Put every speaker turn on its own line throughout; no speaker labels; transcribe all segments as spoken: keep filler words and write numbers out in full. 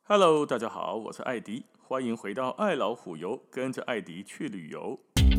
Hello，大家好，我是艾迪，欢迎回到爱老虎游，跟着艾迪去旅游。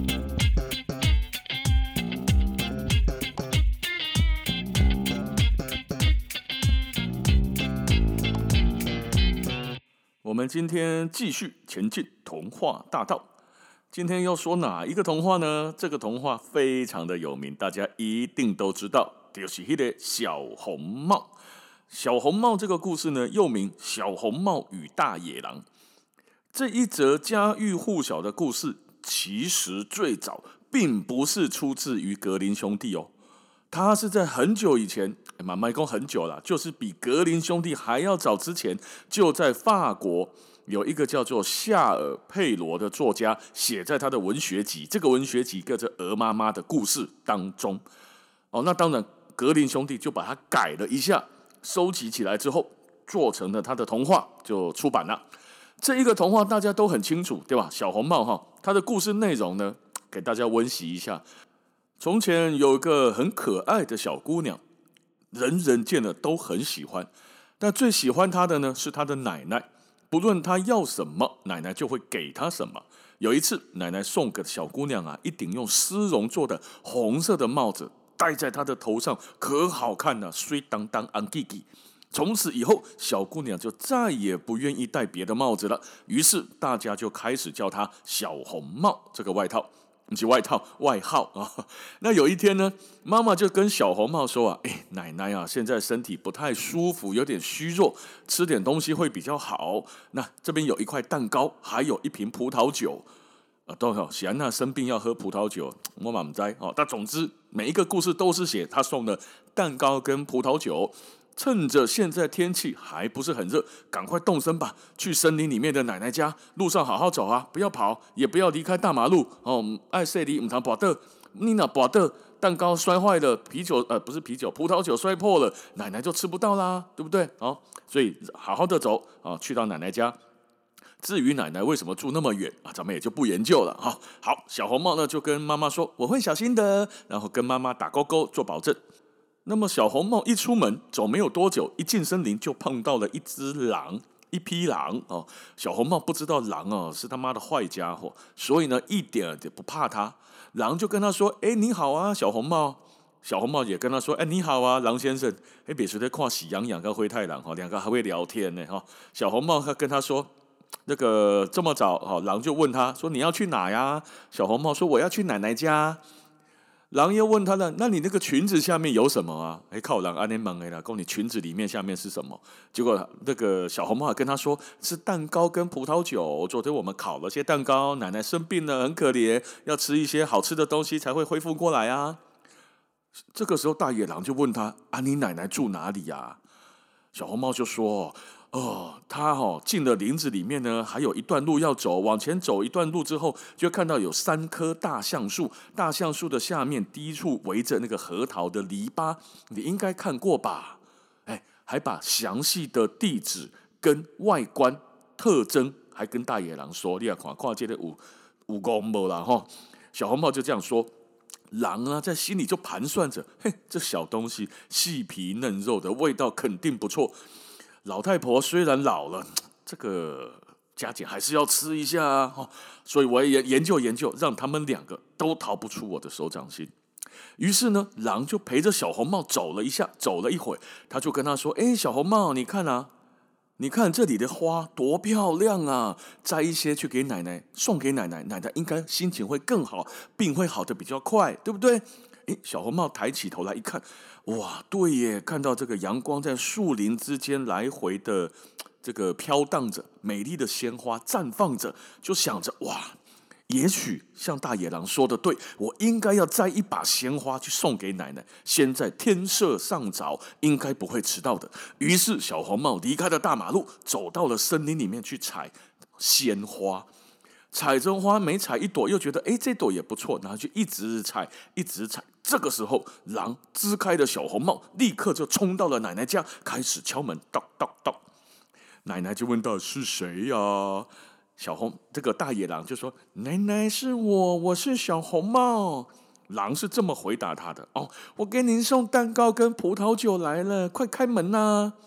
我们今天继续前进童话大道。今天要说哪一个童话呢？这个童话非常的有名，大家一定都知道，就是那个小红帽。小红帽这个故事呢，又名《小红帽与大野狼》。这一则家喻户晓的故事，其实最早并不是出自于格林兄弟哦，它是在很久以前，蛮卖公很久了，就是比格林兄弟还要早之前，就在法国有一个叫做夏尔佩罗的作家写在他的文学集，这个文学集叫做《鹅妈妈的故事》当中。哦，那当然，格林兄弟就把它改了一下。收集起来之后，做成了他的童话，就出版了。这一个童话大家都很清楚，对吧？小红帽哈，它的故事内容呢，给大家温习一下。从前有一个很可爱的小姑娘，人人见了都很喜欢，但最喜欢她的呢是她的奶奶。不论她要什么，奶奶就会给她什么。有一次，奶奶送给小姑娘啊一顶用丝绒做的红色的帽子。戴在她的头上可好看了，水当当昂吉吉。从此以后，小姑娘就再也不愿意戴别的帽子了。于是大家就开始叫她小红帽。这个外套，不是外套，外号啊。那有一天呢，妈妈就跟小红帽说啊：“哎，奶奶啊，现在身体不太舒服，有点虚弱，吃点东西会比较好。那这边有一块蛋糕，还有一瓶葡萄酒。”啊，都好，喜安娜生病要喝葡萄酒，我嘛不知哦。但总之，每一个故事都是写他送的蛋糕跟葡萄酒。趁着现在天气还不是很热，赶快动身吧，去森林里面的奶奶家。路上好好走啊，不要跑，也不要离开大马路哦。爱塞里唔通跑的，你那跑的蛋糕摔坏了，啤酒呃不是啤酒，葡萄酒摔破了，奶奶就吃不到啦，对不对？哦，所以好好的走啊，去到奶奶家。至于奶奶为什么住那么远啊，咱们也就不研究了哈。好，小红帽呢就跟妈妈说我会小心的，然后跟妈妈打勾勾做保证。那么小红帽一出门走没有多久，一进森林就碰到了一只狼，一匹狼哦。小红帽不知道狼哦是他妈的坏家伙，所以呢一点也不怕他。狼就跟他说：“哎，你好啊，小红帽。”小红帽也跟他说：“哎，你好啊，狼先生。”哎，别说在看喜羊羊跟灰太狼哈，两个还会聊天呢哈。小红帽他跟他说。那个这么早，狼就问他说：“你要去哪呀？”小红帽说：“我要去奶奶家。”狼又问他了：“那你那个裙子下面有什么啊？”哎，靠狼安尼问的啦，讲你裙子里面下面是什么？结果那个小红帽还跟他说：“是蛋糕跟葡萄酒。昨天我们烤了些蛋糕，奶奶生病了，很可怜，要吃一些好吃的东西才会恢复过来啊。”这个时候，大野狼就问他：“啊，你奶奶住哪里呀？”小红帽就说：“哦，他哦进了林子里面呢，还有一段路要走。往前走一段路之后，就看到有三棵大橡树。大橡树的下面低处围着那个核桃的篱笆，你应该看过吧？哎，还把详细的地址跟外观特征还跟大野狼说。你要看看这个有有公没啦哈。小红帽就这样说。”狼啊，在心里就盘算着，嘿，这小东西细皮嫩肉的味道肯定不错。老太婆虽然老了，这个加减还是要吃一下啊，哦、所以我也研究研究，让他们两个都逃不出我的手掌心。于是呢，狼就陪着小红帽走了一下，走了一会，他就跟他说：“哎，小红帽，你看啊。”你看这里的花多漂亮啊！摘一些去给奶奶，送给奶奶，奶奶应该心情会更好，病会好的比较快，对不对？诶，小红帽抬起头来一看，哇，对耶！看到这个阳光在树林之间来回的这个飘荡着，美丽的鲜花绽放着，就想着哇。也许像大野狼说的对，我应该要摘一把鲜花去送给奶奶。现在天色尚早，应该不会迟到的。于是小红帽离开了大马路，走到了森林里面去采鲜花。采着花，每采一朵，又觉得哎，这朵也不错，然后就一直采，一直采。这个时候，狼支开了小红帽，立刻就冲到了奶奶家，开始敲门，咚咚咚。奶奶就问道：“是谁呀？”小红这个大野狼就说：“奶奶是我，我是小红帽。”狼是这么回答他的：“哦，我给您送蛋糕跟葡萄酒来了，快开门呐、啊！”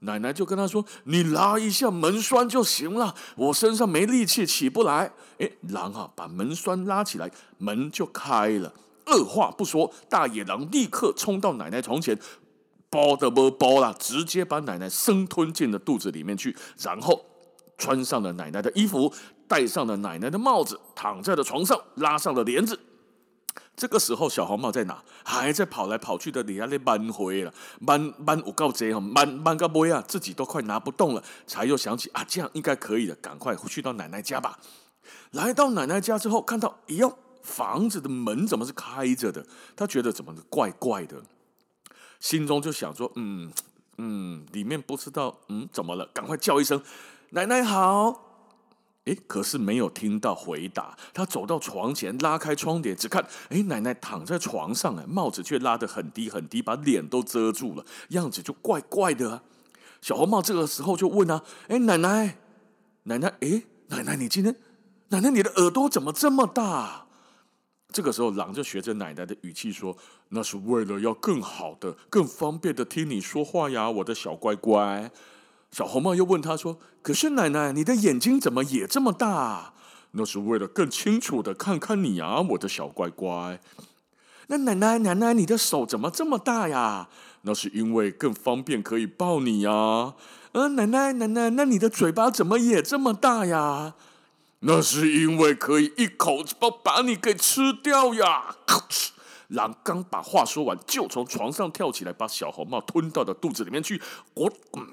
奶奶就跟他说：“你拉一下门栓就行了，我身上没力气起不来。”哎，狼啊，把门栓拉起来，门就开了。二话不说，大野狼立刻冲到奶奶床前，包的不包啦，直接把奶奶生吞进了肚子里面去，然后穿上了奶奶的衣服，戴上了奶奶的帽子，躺在了床上，拉上了帘子。这个时候，小红帽在哪？还在跑来跑去的，底下在搬回了，搬搬有够贼哈，搬搬到尾啊，自己都快拿不动了，才又想起啊，这样应该可以的，赶快去到奶奶家吧。来到奶奶家之后，看到，哎呦，房子的门怎么是开着的？他觉得怎么怪怪的，心中就想说，嗯嗯，里面不知道嗯怎么了，赶快叫一声，奶奶好。诶，可是没有听到回答。他走到床前，拉开窗帘，只看，诶，奶奶躺在床上，哎，帽子却拉得很低很低，把脸都遮住了，样子就怪怪的啊。小红帽这个时候就问啊，诶，奶奶，奶奶，诶，奶奶，你今天，奶奶，你的耳朵怎么这么大？这个时候，狼就学着奶奶的语气说：“那是为了要更好的、更方便的听你说话呀，我的小乖乖。”小红帽又问他说：“可是奶奶，你的眼睛怎么也这么大？”那是为了更清楚的看看你啊，我的小乖乖。那奶奶，奶奶，你的手怎么这么大呀？那是因为更方便可以抱你呀。呃，奶奶，奶奶，那你的嘴巴怎么也这么大呀？那是因为可以一口把把你给吃掉呀！狼刚把话说完，就从床上跳起来，把小红帽吞到了肚子里面去。我。嗯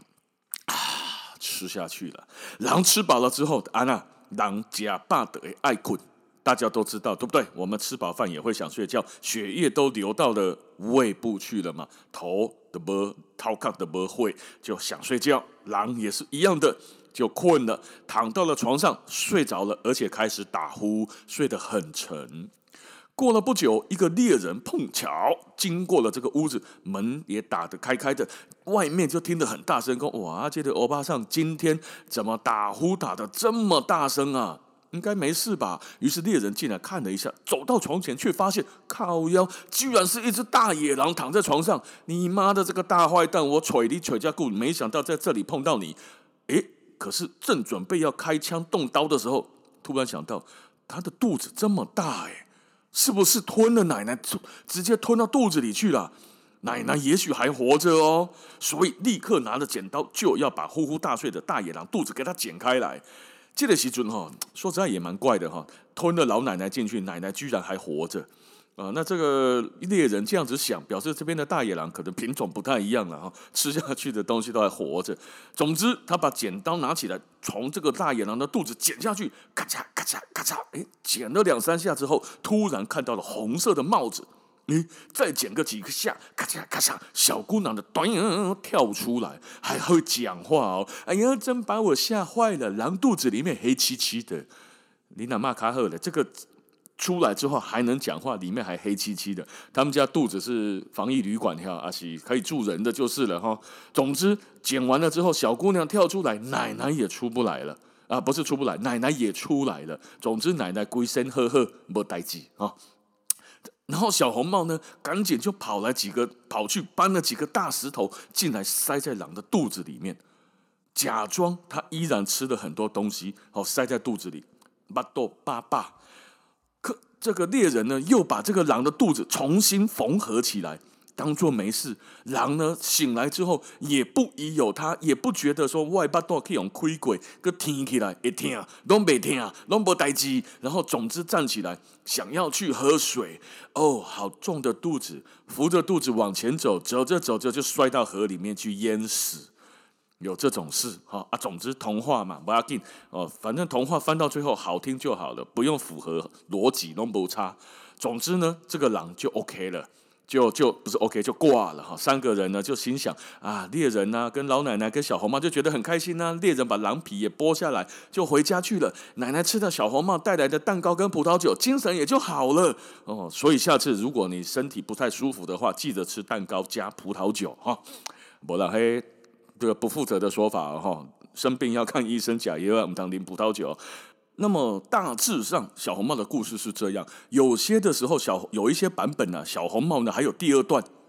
吃下去了。狼吃饱了之后，啊那狼假霸的爱困，大家都知道对不对？我们吃饱饭也会想睡觉，血液都流到了胃部去了嘛，头的不头壳的不会就想睡觉，狼也是一样的，就困了，躺到了床上睡着了，而且开始打呼，睡得很沉。过了不久，一个猎人碰巧经过了这个屋子，门也打得开开的，外面就听得很大声，说：“哇，这个欧巴桑今天怎么打呼打得这么大声啊？应该没事吧？”于是猎人进来看了一下，走到床前，却发现靠腰居然是一只大野狼躺在床上。你妈的这个大坏蛋！我捶你捶家顾，没想到在这里碰到你。诶，可是正准备要开枪动刀的时候，突然想到他的肚子这么大，诶。是不是吞了奶奶，直接吞到肚子里去了？奶奶也许还活着哦，所以立刻拿着剪刀就要把呼呼大睡的大野狼肚子给它剪开来。这个时阵哈，说实在也蛮怪的哈，吞了老奶奶进去，奶奶居然还活着。啊，那这个猎人这样子想，表示这边的大野狼可能品种不太一样了哈，吃下去的东西都还活着。总之，他把剪刀拿起来，从这个大野狼的肚子剪下去，咔嚓咔嚓咔嚓，哎，剪了两三下之后，突然看到了红色的帽子，哎，再剪个几个下，咔嚓咔嚓，小姑娘的短跳出来，还会讲话哦，哎呀，真把我吓坏了，狼肚子里面黑漆漆的，你哪骂卡赫的这个。出来之后还能讲话，里面还黑漆漆的。他们家肚子是防疫旅馆哈，而且可以住人的就是了哈。总之剪完了之后，小姑娘跳出来，奶奶也出不来了啊，不是出不来，奶奶也出来了。总之奶奶龟身呵呵没代志啊。然后小红帽呢，赶紧就跑来几个跑去搬了几个大石头进来，塞在狼的肚子里面，假装他依然吃了很多东西，好塞在肚子里，巴豆巴巴。可这个猎人呢，又把这个狼的肚子重新缝合起来，当作没事。狼呢醒来之后，也不疑有他，也不觉得说外巴肚可以用开过，个挺起来一听，拢没听，拢没代志。然后总之站起来，想要去喝水。哦，好重的肚子，扶着肚子往前走，走着走着就摔到河里面去淹死。有这种事哈啊，总之童话嘛，不要紧哦，反正童话翻到最后好听就好了，不用符合逻辑，都不差。总之呢，这个狼就 OK 了，就就不是 OK 就挂了哈。三个人呢就心想啊，猎人啊跟老奶奶跟小红帽就觉得很开心啊。猎人把狼皮也剥下来，就回家去了。奶奶吃了小红帽带来的蛋糕跟葡萄酒，精神也就好了哦。所以下次如果你身体不太舒服的话，记得吃蛋糕加葡萄酒哈。不然嘿。这个不负责的说法哈，生病要看医生，假药唔当啉葡萄酒。那么大致上，小红帽的故事是这样。有些的时候，小有一些版本呢、啊，小红帽呢还有第二段。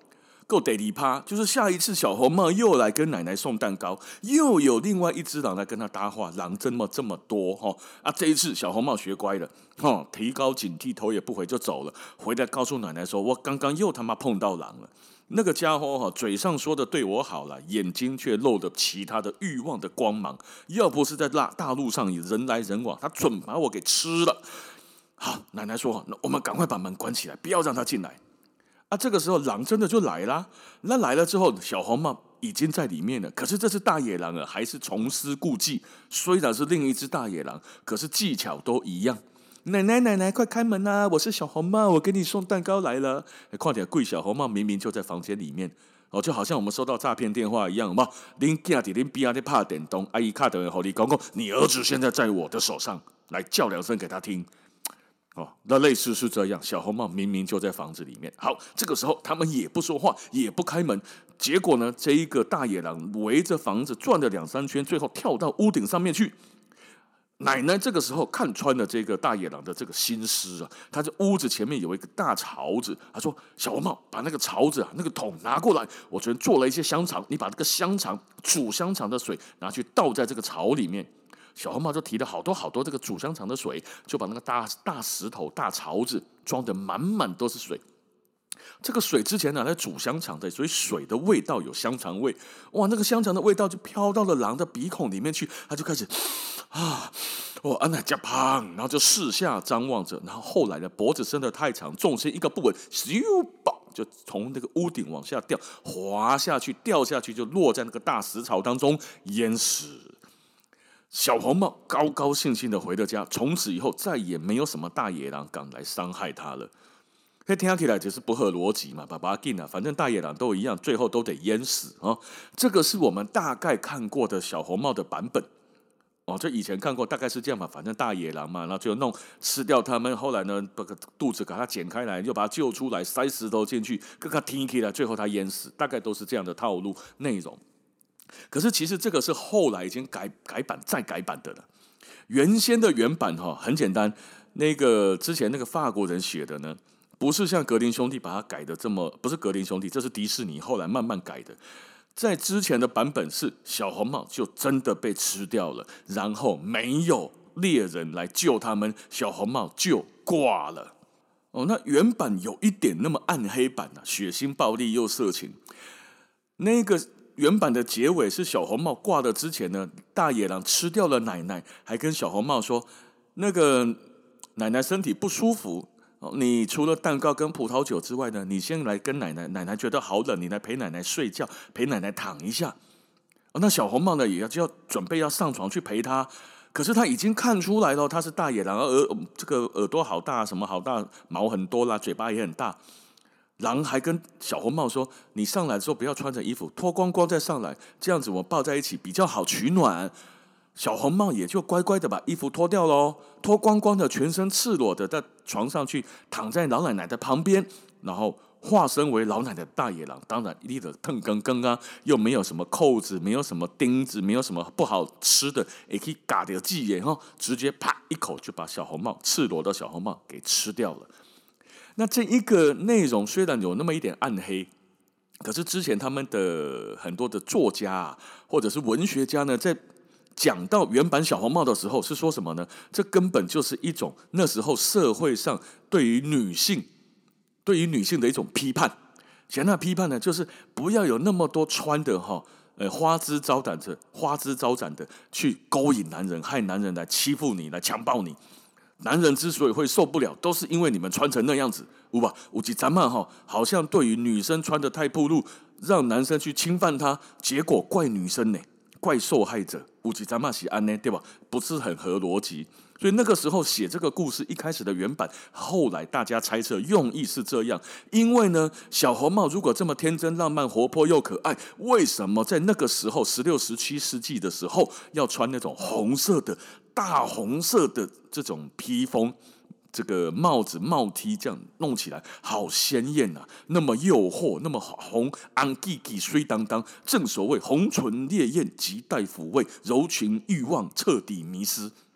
够第二趴，就是下一次小红帽又来跟奶奶送蛋糕，又有另外一只狼来跟他搭话，狼这么这么多哈啊！这一次小红帽学乖了，哈，提高警惕，头也不回就走了，回来告诉奶奶说：“我刚刚又他妈碰到狼了。”那个家伙哈，嘴上说的对我好了，眼睛却露着其他的欲望的光芒。要不是在大大路上人来人往，他准把我给吃了。好，奶奶说：“那我们赶快把门关起来，不要让他进来。”啊，这个时候狼真的就来啦。那来了之后，小红帽已经在里面了。可是这只大野狼啊，还是重施故技。虽然是另一只大野狼，可是技巧都一样。奶奶，奶奶，快开门啊！我是小红帽，我给你送蛋糕来了。快点，贵小红帽明明就在房间里面哦，就好像我们收到诈骗电话一样嘛。您家在您边在拍电动，阿姨卡等和你讲讲，你儿子现在在我的手上，来叫两声给他听。哦，那类似是这样，小红帽明明就在房子里面。好，这个时候他们也不说话，也不开门。结果呢，这一个大野狼围着房子转了两三圈，最后跳到屋顶上面去。奶奶这个时候看穿了这个大野狼的这个心思啊，他在屋子前面有一个大槽子，他说：“小红帽，把那个槽子啊，那个桶拿过来，我昨天做了一些香肠，你把这个香肠煮香肠的水拿去倒在这个槽里面。”小红帽就提了好多好多这个煮香肠的水，就把那个大大石头、大槽子装得满满都是水。这个水之前拿来煮香肠的，所以水的味道有香肠味。哇，那个香肠的味道就飘到了狼的鼻孔里面去，他就开始啊，哦，安奶加胖，然后就四下张望着，然后后来呢，脖子伸得太长，重心一个不稳，咻爆，就从那个屋顶往下掉，滑下去，掉下去就落在那个大石槽当中，淹死。小红帽高高兴兴的回了家，从此以后再也没有什么大野狼敢来伤害他了。这听起来只是不合逻辑嘛，爸爸紧啊，反正大野狼都一样，最后都得淹死啊。这个是我们大概看过的小红帽的版本哦，这以前看过，大概是这样嘛，反正大野狼嘛，然后就弄吃掉他们，后来呢，把个肚子给它剪开来，又把它救出来，塞石头进去，跟它踢起来，最后它淹死，大概都是这样的套路内容。可是其实这个是后来已经改改版再改版的了。原先的原版哈很简单，那个之前那个法国人写的呢，不是像格林兄弟把它改的这么，不是格林兄弟，这是迪士尼后来慢慢改的。在之前的版本是小红帽就真的被吃掉了，然后没有猎人来救他们，小红帽就挂了。哦，那原版有一点那么暗黑版啊，血腥暴力又色情。那个原版的结尾是小红帽挂了之前呢，大野狼吃掉了奶奶，还跟小红帽说，那个奶奶身体不舒服，你除了蛋糕跟葡萄酒之外呢，你先来跟奶奶，奶奶觉得好冷，你来陪奶奶睡觉，陪奶奶躺一下。那小红帽呢，也要就要准备要上床去陪她，可是他已经看出来了，他是大野狼，耳这个耳朵好大，什么好大，毛很多啦，嘴巴也很大。狼还跟小红帽说：“你上来的时候不要穿着衣服，脱光光再上来，这样子我们抱在一起比较好取暖。”小红帽也就乖乖的把衣服脱掉喽，脱光光的，全身赤裸的，在床上去躺在老奶奶的旁边，然后化身为老奶奶的大野狼。当然，立得腾更更啊，又没有什么扣子，没有什么钉子，没有什么不好吃的，也可以嘎掉记眼哈，直接啪一口就把小红帽赤裸的小红帽给吃掉了。那这一个内容虽然有那么一点暗黑，可是之前他们的很多的作家啊，或者是文学家呢，在讲到原版小红帽的时候，是说什么呢？这根本就是一种那时候社会上对于女性、对于女性的一种批判。想那批判呢，就是不要有那么多穿的哈，呃，花枝招展的、花枝招展的去勾引男人，害男人来欺负你，来强暴你。男人之所以会受不了，都是因为你们穿成那样子，有吧？有几咱们哈，好像对于女生穿的太暴露，让男生去侵犯她，结果怪女生呢，怪受害者。有几咱们是安呢，对吧？不是很合逻辑。所以那个时候写这个故事一开始的原版，后来大家猜测用意是这样，因为呢，小红帽如果这么天真浪漫、活泼又可爱，为什么在那个时候十六、十七世纪的时候要穿那种红色的大红色的这种披风？这个帽子帽 T 这样弄起来好鲜艳啊，那么诱惑，那么红，安记记水当当，正所谓红唇烈焰，亟待抚慰，柔情欲望彻底迷失。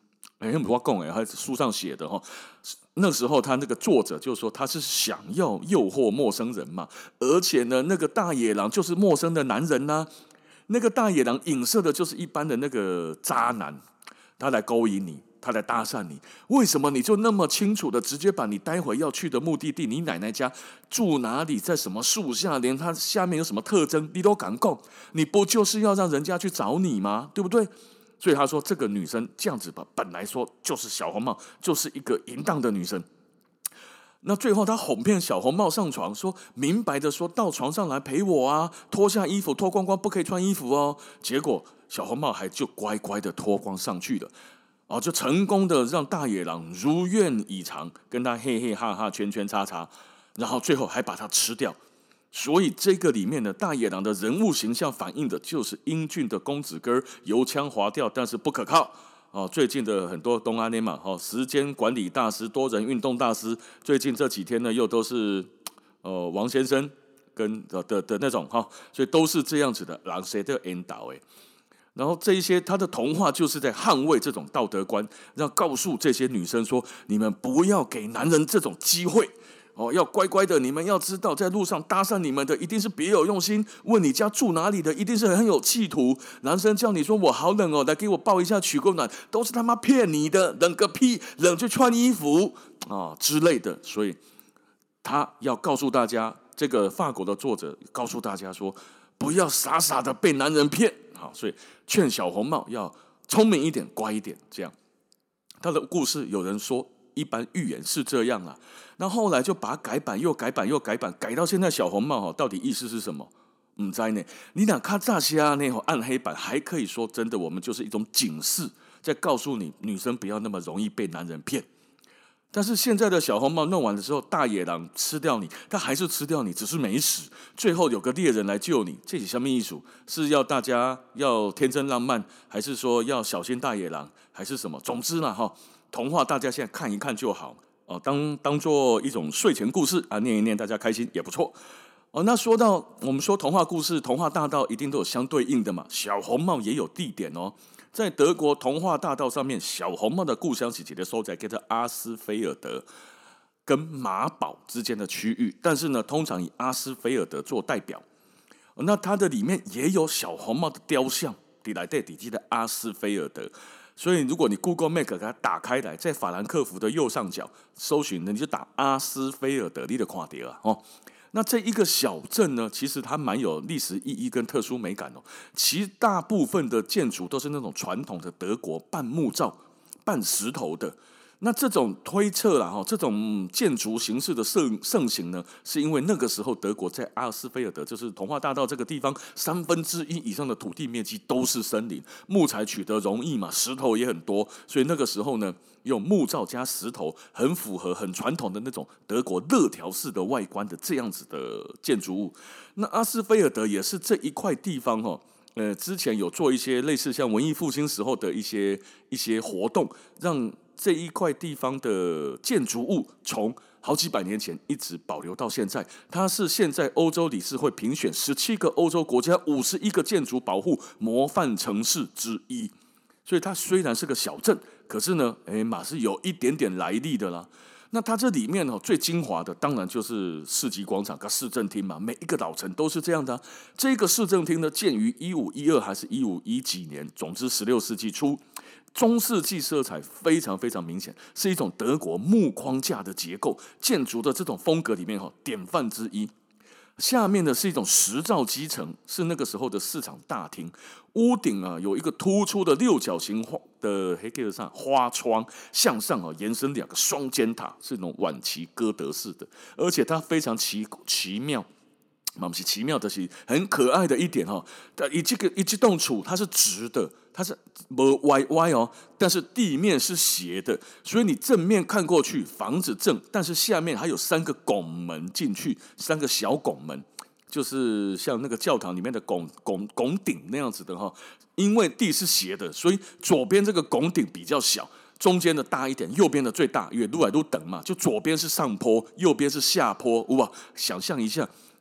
哎，我讲哎，还书上写的哈。那时候他那个作者就说他是想要诱惑陌生人嘛，而且呢，那个大野狼就是陌生的男人呐、啊，那个大野狼影射的就是一般的那个渣男，他来勾引你，他来搭讪你，为什么你就那么清楚的直接把你待会要去的目的地，你奶奶家住哪里，在什么树下，连它下面有什么特征，你都敢讲？你不就是要让人家去找你吗？对不对？所以他说，这个女生这样子吧，本来说就是小红帽，就是一个淫荡的女生。那最后他哄骗小红帽上床，说明白的说到床上来陪我啊，脱下衣服，脱光光，不可以穿衣服哦。结果小红帽还就乖乖的脱光上去了，哦，就成功的让大野狼如愿以偿，跟他嘿嘿哈哈，圈圈叉叉，然后最后还把他吃掉。所以这个里面的大野狼的人物形象反映的就是英俊的公子哥，油腔滑调，但是不可靠。哦，最近的很多东阿内嘛，哦，时间管理大师、多人运动大师，最近这几天呢，又都是呃王先生跟的的的那种哈、哦，所以都是这样子的，狼谁的引导哎。然后这一些他的童话就是在捍卫这种道德观，让告诉这些女生说，你们不要给男人这种机会。哦，要乖乖的，你们要知道，在路上搭讪你们的一定是别有用心，问你家住哪里的一定是很有企图。男生叫你说我好冷哦，来给我抱一下取个暖，都是他妈骗你的，冷个屁，冷就穿衣服啊、哦、之类的。所以他要告诉大家，这个法国的作者告诉大家说，不要傻傻的被男人骗。好，所以劝小红帽要聪明一点，乖一点，这样。他的故事有人说，一般预言是这样啦。那后来就把它改版，又改版，又改版，改到现在小红帽到底意思是什么？不知道呢。你俩看这些那暗黑版，还可以说真的，我们就是一种警示，在告诉你女生不要那么容易被男人骗。但是现在的小红帽弄完的时候，大野狼吃掉你，他还是吃掉你，只是没死。最后有个猎人来救你，这是什么意思？是要大家要天真浪漫，还是说要小心大野狼，还是什么？总之啦，哈，童话大家现在看一看就好。哦，当当做一种睡前故事啊，念一念，大家开心也不错。哦，那说到我们说童话故事，童话大道一定都有相对应的嘛，小红帽也有地点哦。在德国童话大道上面，小红帽的故乡是几个所在，叫做阿斯菲尔德跟马堡之间的区域，但是呢，通常以阿斯菲尔德做代表。哦、那它的里面也有小红帽的雕像，底来带底基的阿斯菲尔德。所以，如果你 Google Map 给它打开来，在法兰克福的右上角搜寻，你就打阿斯菲尔德，你就看到了哦。那这一个小镇呢，其实它蛮有历史意义跟特殊美感哦。其实大部分的建筑都是那种传统的德国半木造、半石头的。那这种推测啦，哈，这种建筑形式的盛盛行呢，是因为那个时候德国在阿斯菲尔德，就是童话大道这个地方，三分之一以上的土地面积都是森林，木材取得容易嘛，石头也很多，所以那个时候呢，用木造加石头，很符合很传统的那种德国勒条式的外观的这样子的建筑物。那阿斯菲尔德也是这一块地方哦。呃，之前有做一些类似像文艺复兴时候的一些一些活动，让这一块地方的建筑物从好几百年前一直保留到现在。它是现在欧洲理事会评选十七个欧洲国家五十一个建筑保护模范城市之一。所以它虽然是个小镇，可是呢，哎，马是有一点点来历的啦。那它这里面、哦、最精华的，当然就是世纪广场跟市政厅嘛，每一个老城都是这样的、啊。这个市政厅呢，建于一五一二还是一五一几年，总之十六世纪初，中世纪色彩非常非常明显，是一种德国木框架的结构，建筑的这种风格里面、哦、典范之一。下面的是一种石造基层，是那个时候的市场大厅。屋顶啊有一个突出的六角形的黑格上花窗，向上啊延伸两个双尖塔，是那种晚期哥德式的，而且它非常奇奇妙。嘛不是奇妙的是很可爱的一点哈，以这个一这栋厝它是直的，它是不歪歪哦，但是地面是斜的，所以你正面看过去房子正，但是下面还有三个拱门进去，三个小拱门，就是像那个教堂里面的拱拱拱顶那样子的哈。因为地是斜的，所以左边这个拱顶比较小。中间的大一点，右边的最大，因为撸来撸等嘛，就左边是上坡，右边是下坡，哇！想象一下，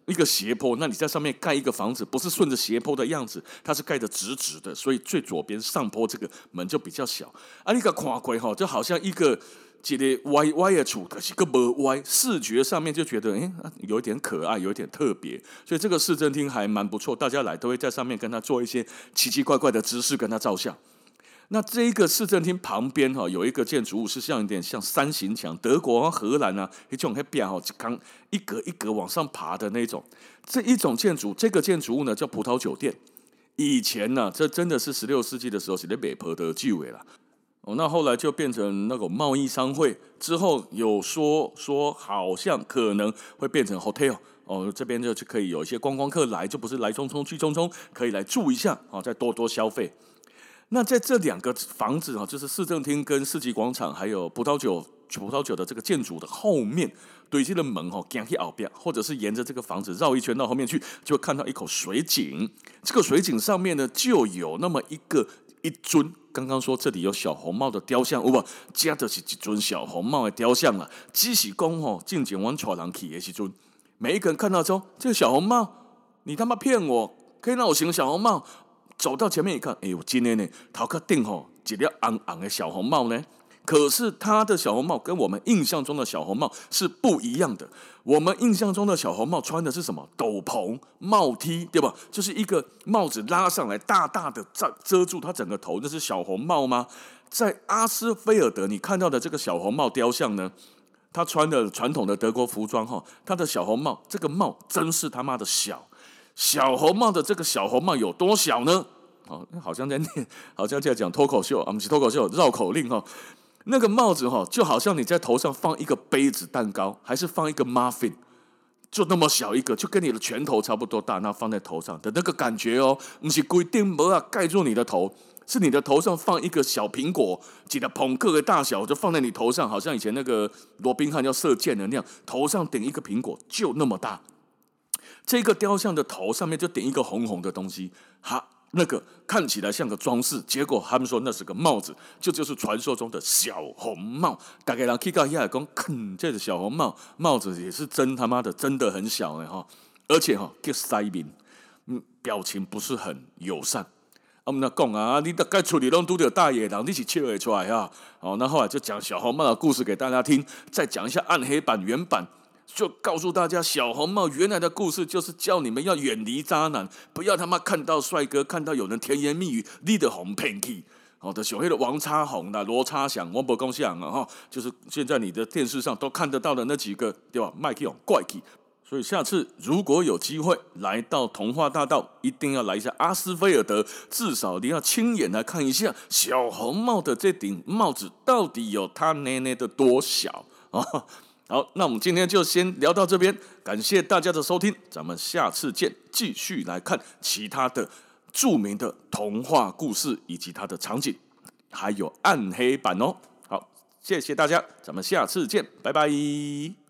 一个斜坡，那你在上面盖一个房子，不是顺着斜坡的样子，它是盖得直直的，所以最左边上坡这个门就比较小。啊，你个看过吼，就好像一个一个歪歪的厝，可是个不歪，视觉上面就觉得，哎、欸，有一点可爱，有一点特别。所以这个市政厅还蛮不错，大家来都会在上面跟他做一些奇奇怪怪的姿势，跟他照相。那这一个市政厅旁边哈有一个建筑物是像有点像三形墙，德国、荷兰啊一种那边哈刚一格一格往上爬的那种。这一种建筑，这个建筑物呢叫葡萄酒店。以前呢、啊，这真的是十六世纪的时候是在北坡的旧的啦。哦，那后来就变成那种贸易商会，之后有说说好像可能会变成 hotel。哦，这边就可以有一些观光客来，就不是来匆匆去匆匆，可以来住一下，哦，再多多消费。那在这两个房子啊，就是市政厅跟世纪广场，还有葡萄酒葡萄酒的这个建筑的后面，堆积的门哦，进去后边，或者是沿着这个房子绕一圈到后面去，就会看到一口水井。这个水井上面呢，就有那么一个一尊，刚刚说这里有小红帽的雕像，有无？加的是一尊小红帽的雕像啦。只是讲哦，进前往带人去的时阵，每一个人看到之后，这个小红帽，你他妈骗我，可以让我型小红帽？走到前面一看，哎呦，今天呢，头壳顶吼一粒红红的小红帽呢。可是他的小红帽跟我们印象中的小红帽是不一样的。我们印象中的小红帽穿的是什么？斗篷、帽 T， 对吧？就是一个帽子拉上来，大大的遮遮住他整个头，那是小红帽吗？在阿斯菲尔德，你看到的这个小红帽雕像呢？他穿的传统的德国服装哈，他的小红帽，这个帽真是他妈的小。小红帽的这个小红帽有多小呢？哦，好像在念，好像在讲脱口秀啊，不是脱口秀，绕口令哈。那个帽子哈，就好像你在头上放一个杯子蛋糕，还是放一个 muffin， 就那么小一个，就跟你的拳头差不多大，那放在头上的那个感觉哦，不是规定膜啊盖住你的头，是你的头上放一个小苹果，几个朋克的大小，就放在你头上，好像以前那个罗宾汉要射箭的那样，头上顶一个苹果，就那么大。这个雕像的头上面就顶一个红红的东西，哈，那个看起来像个装饰，结果他们说那是个帽子，这就是传说中的小红帽。大概人去到遐讲，哼，这个小红帽帽子也是真他妈的真的很小哎哈，而且哈叫塞面，嗯，表情不是很友善。啊，我们讲啊，你大概处理拢拄到大野狼，你是笑得出来啊？哦，那后来就讲小红帽的故事给大家听，再讲一下暗黑版原版。就告诉大家，小红帽原来的故事就是叫你们要远离渣男，不要他妈看到帅哥，看到有人甜言蜜语，你的红骗去。好的，小黑的王叉红的罗叉响、王伯公响啊，哈，就是现在你的电视上都看得到的那几个，对吧？麦克勇怪气。所以下次如果有机会来到童话大道，一定要来一下阿斯菲尔德，至少你要亲眼来看一下小红帽的这顶帽子到底有他奶奶的多小啊！好，那我们今天就先聊到这边，感谢大家的收听，咱们下次见，继续来看其他的著名的童话故事以及它的场景，还有暗黑版哦。好，谢谢大家，咱们下次见，拜拜。